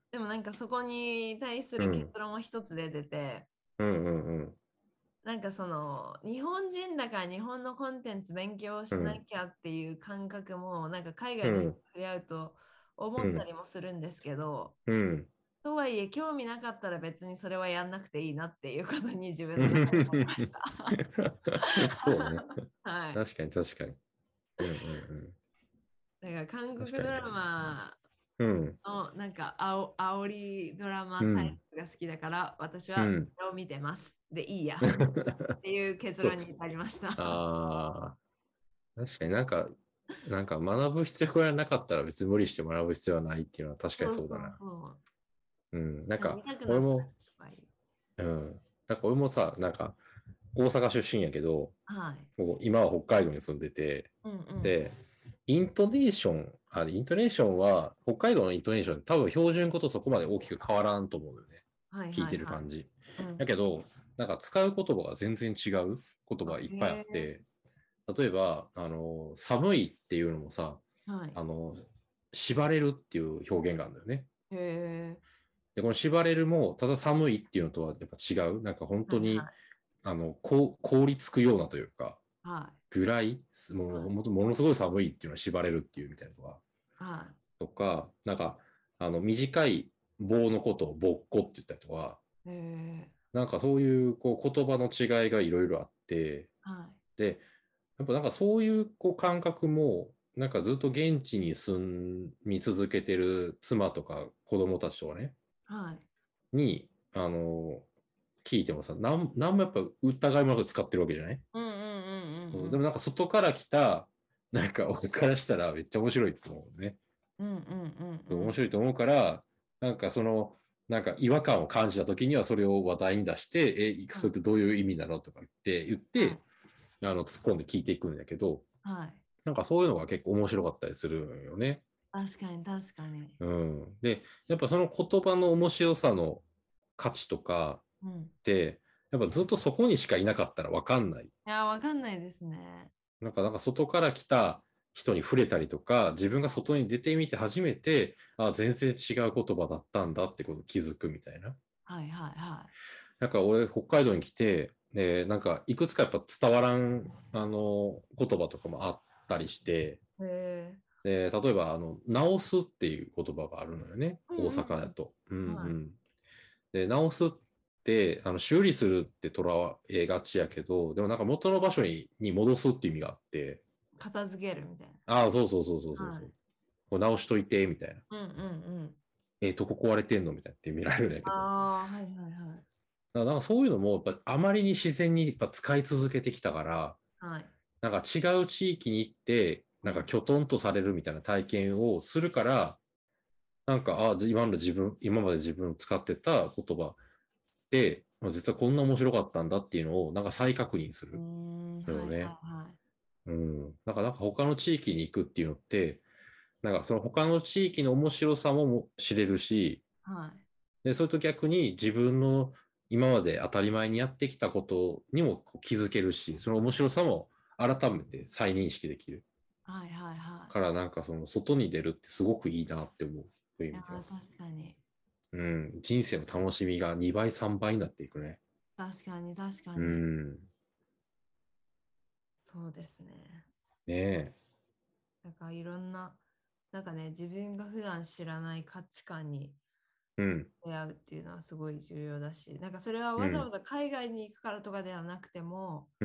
[SPEAKER 1] でもなんかそこに対する結
[SPEAKER 2] うん。
[SPEAKER 1] 論も一つ出てて、
[SPEAKER 2] うんうんうん。
[SPEAKER 1] なんかその日本人だから日本のコンテンツ勉強しな
[SPEAKER 2] うん。
[SPEAKER 1] きゃっていう感覚もなんか海外の人と
[SPEAKER 2] うん。
[SPEAKER 1] 触れ合うと思った
[SPEAKER 2] うん。
[SPEAKER 1] りもするんですけど、
[SPEAKER 2] うん。
[SPEAKER 1] とはいえ興味なかったら別にそれはやんなくていいなっていうことに自分の中で思いました。
[SPEAKER 2] そうね。
[SPEAKER 1] はい。
[SPEAKER 2] 確かに確かに。うんうん
[SPEAKER 1] だから韓
[SPEAKER 2] うん。
[SPEAKER 1] 国ドラ
[SPEAKER 2] 確かにね。
[SPEAKER 1] マ
[SPEAKER 2] うん。
[SPEAKER 1] のなんか煽りドラマタイ
[SPEAKER 2] うん。
[SPEAKER 1] プが好きだから私は
[SPEAKER 2] うん。
[SPEAKER 1] それを見てます。でいいやっていう結
[SPEAKER 2] そう。
[SPEAKER 1] 論に至りました。
[SPEAKER 2] ああ、確かになんか学ぶ必要がなかったら別に無理して学ぶ必要はないっていうのは確かに
[SPEAKER 1] そうそう
[SPEAKER 2] そうだな。
[SPEAKER 1] そ
[SPEAKER 2] うん。なん
[SPEAKER 1] う。
[SPEAKER 2] か、
[SPEAKER 1] 見たくなったらやっ
[SPEAKER 2] 俺も、
[SPEAKER 1] ぱり。
[SPEAKER 2] うん。なんか俺もさ、なんか、大阪出身やけど、
[SPEAKER 1] はい。
[SPEAKER 2] もう今は北海道に住んでて、
[SPEAKER 1] うんうん。
[SPEAKER 2] で、イントネーションは、北海道のイントネーション多分標準語とそこまで大きく変わらんと思うよね。
[SPEAKER 1] はい
[SPEAKER 2] 聞いて
[SPEAKER 1] はいはい。
[SPEAKER 2] る感じ。
[SPEAKER 1] うん。
[SPEAKER 2] だけど、なんか使う言葉が全然違う言葉
[SPEAKER 1] あ、
[SPEAKER 2] がいっぱいあ
[SPEAKER 1] へえ。
[SPEAKER 2] って、例えば、寒いっていうのもさ、
[SPEAKER 1] はい。
[SPEAKER 2] あの、縛れるっていう表現があるんだよね。
[SPEAKER 1] へえ。
[SPEAKER 2] で、この縛れるも、ただ寒いっていうのとはやっぱ違う。なんか本当に、
[SPEAKER 1] はいはい。
[SPEAKER 2] 凍りつくようなというか、
[SPEAKER 1] はい。
[SPEAKER 2] ぐらい、もう、ものすごい寒いっていうのは縛れるっていうみたいなのが、
[SPEAKER 1] は
[SPEAKER 2] とか、なんか、短い棒のことをぼっこって言ったりとか、
[SPEAKER 1] い。へえ。
[SPEAKER 2] なんかそういう、言葉の違いがいろいろあって、
[SPEAKER 1] は
[SPEAKER 2] で、やっぱなんかそういう感覚も、なんかずっと現地に住み続けてる妻とか子供たちとかね、
[SPEAKER 1] い。はい。
[SPEAKER 2] に、聞いてもさ、なんもやっぱ疑いもなく使ってるわけじゃない。
[SPEAKER 1] うんうんうんうんうん。
[SPEAKER 2] でもなんか外から来た、なんか俺からしたらめっちゃ面白いと思うね。
[SPEAKER 1] うんうんうんうん。
[SPEAKER 2] 面白いと思うから、なんかなんか違和感を感じた時にはそれを話題に出して、それってどういう意味なのとか言って、
[SPEAKER 1] はい
[SPEAKER 2] 突っ込んで聞いていくんだけど、
[SPEAKER 1] はい。
[SPEAKER 2] なんかそういうのが結構面白かったりするよね。
[SPEAKER 1] 確かに確かに。
[SPEAKER 2] うん。で、やっぱその言葉の面白さの価値とか
[SPEAKER 1] うん。い
[SPEAKER 2] って、やっぱずっとそこにしかいなかったらわかんない。
[SPEAKER 1] や、わかんないですね。
[SPEAKER 2] なんか外から来た人に触れたりとか、自分が外に出てみて初めて、全然違う言葉だったんだってこと気づくみたいな。
[SPEAKER 1] はいはいは
[SPEAKER 2] なんか俺、北海道に来て、なんかいくつかやっぱ伝わらん、言葉とかもあったりして、
[SPEAKER 1] へえ。
[SPEAKER 2] 例えば、直すっていう言葉があるのよね。大
[SPEAKER 1] うんうん
[SPEAKER 2] 阪だと。うんう
[SPEAKER 1] うん。はい。
[SPEAKER 2] ん。で、直すって、修理するって捉えがちやけど、でもなんか元の場所に戻すっていう意味があって、
[SPEAKER 1] 片付けるみたい
[SPEAKER 2] ああ、そうそうそうそうそう
[SPEAKER 1] な。はい。
[SPEAKER 2] そう。これ直しといて、みたいな。
[SPEAKER 1] うんうんうん。
[SPEAKER 2] どこ壊れてんのみたいなって見られるんやけど。
[SPEAKER 1] ああ、はいはいはい。
[SPEAKER 2] なんかそういうのも、やっぱあまりに自然にやっぱ使い続けてきたから、
[SPEAKER 1] はい。
[SPEAKER 2] なんか違う地域に行って、なんかきょとんとされるみたいな体験をするから、なんか、今まで自分使ってた言葉で、実はこんな面白かったんだっていうのを、なんか再確認す
[SPEAKER 1] うー
[SPEAKER 2] る
[SPEAKER 1] ん、はいはい
[SPEAKER 2] のよね。
[SPEAKER 1] はい。
[SPEAKER 2] うん。なんか他の地域に行くっていうのって、なんかその他の地域の面白さも知れるし、
[SPEAKER 1] はい。
[SPEAKER 2] で、それと逆に自分の今まで当たり前にやってきたことにも気づけるし、その面白さも改めて再認識できる。
[SPEAKER 1] はいはいはい。
[SPEAKER 2] からなんかその外に出るってすごくいいなって思う。そういう
[SPEAKER 1] いやー、
[SPEAKER 2] 意味では。
[SPEAKER 1] 確かに。
[SPEAKER 2] うん。人生の楽しみが2倍、3倍になっていくね。
[SPEAKER 1] 確かに確か
[SPEAKER 2] う
[SPEAKER 1] に。
[SPEAKER 2] ん。
[SPEAKER 1] そうですね。
[SPEAKER 2] ねえ。
[SPEAKER 1] なんかいろんな、なんかね、自分が普段知らない価値観に
[SPEAKER 2] うん。
[SPEAKER 1] 出会うっていうのはすごい重要だし、なんかそれは
[SPEAKER 2] うん。
[SPEAKER 1] わざわざ海外に行くからとかではなくても、
[SPEAKER 2] うん。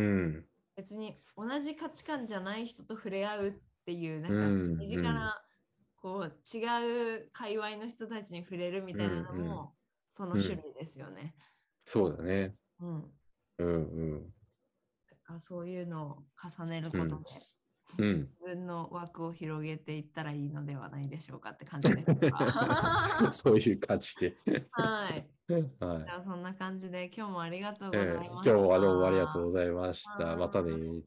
[SPEAKER 1] 別に同じ価値観じゃない人と触れ合うっていう、な
[SPEAKER 2] う
[SPEAKER 1] んか身
[SPEAKER 2] ん。うん。
[SPEAKER 1] 近な、こう、違う界隈の人たちに触れるみ
[SPEAKER 2] うん。
[SPEAKER 1] たいなの
[SPEAKER 2] うん。
[SPEAKER 1] も、その
[SPEAKER 2] うん。
[SPEAKER 1] 種類ですよね。
[SPEAKER 2] そうだね。
[SPEAKER 1] うん。
[SPEAKER 2] うん。うん。
[SPEAKER 1] だからそういうのを重ねる
[SPEAKER 2] うん。
[SPEAKER 1] ことで、
[SPEAKER 2] うん。
[SPEAKER 1] 自分の枠を広げていったらいいのではないでしょうかって感じですが。
[SPEAKER 2] そういう感じで。
[SPEAKER 1] はい。
[SPEAKER 2] はい。
[SPEAKER 1] じゃあそんな感じで今日もありがとうござい
[SPEAKER 2] 今
[SPEAKER 1] ました。
[SPEAKER 2] 日はどうもありがとう
[SPEAKER 1] は
[SPEAKER 2] ございました。またね。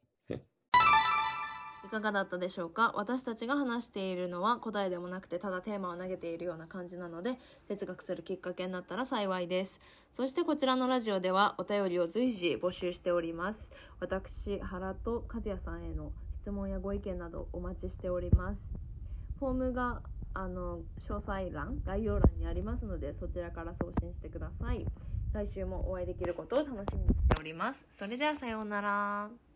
[SPEAKER 1] いかがだったでしょうか。私たちが話しているのは答えでもなくてただテーマを投げているような感じなので、哲学するきっかけになったら幸いです。そしてこちらのラジオではお便りを随時募集しております。私、原と和也さんへの質問やご意見などお待ちしております。フォームが詳細欄、概要欄にありますので、そちらから送信してください。来週もお会いできることを楽しみにしております。それではさようなら。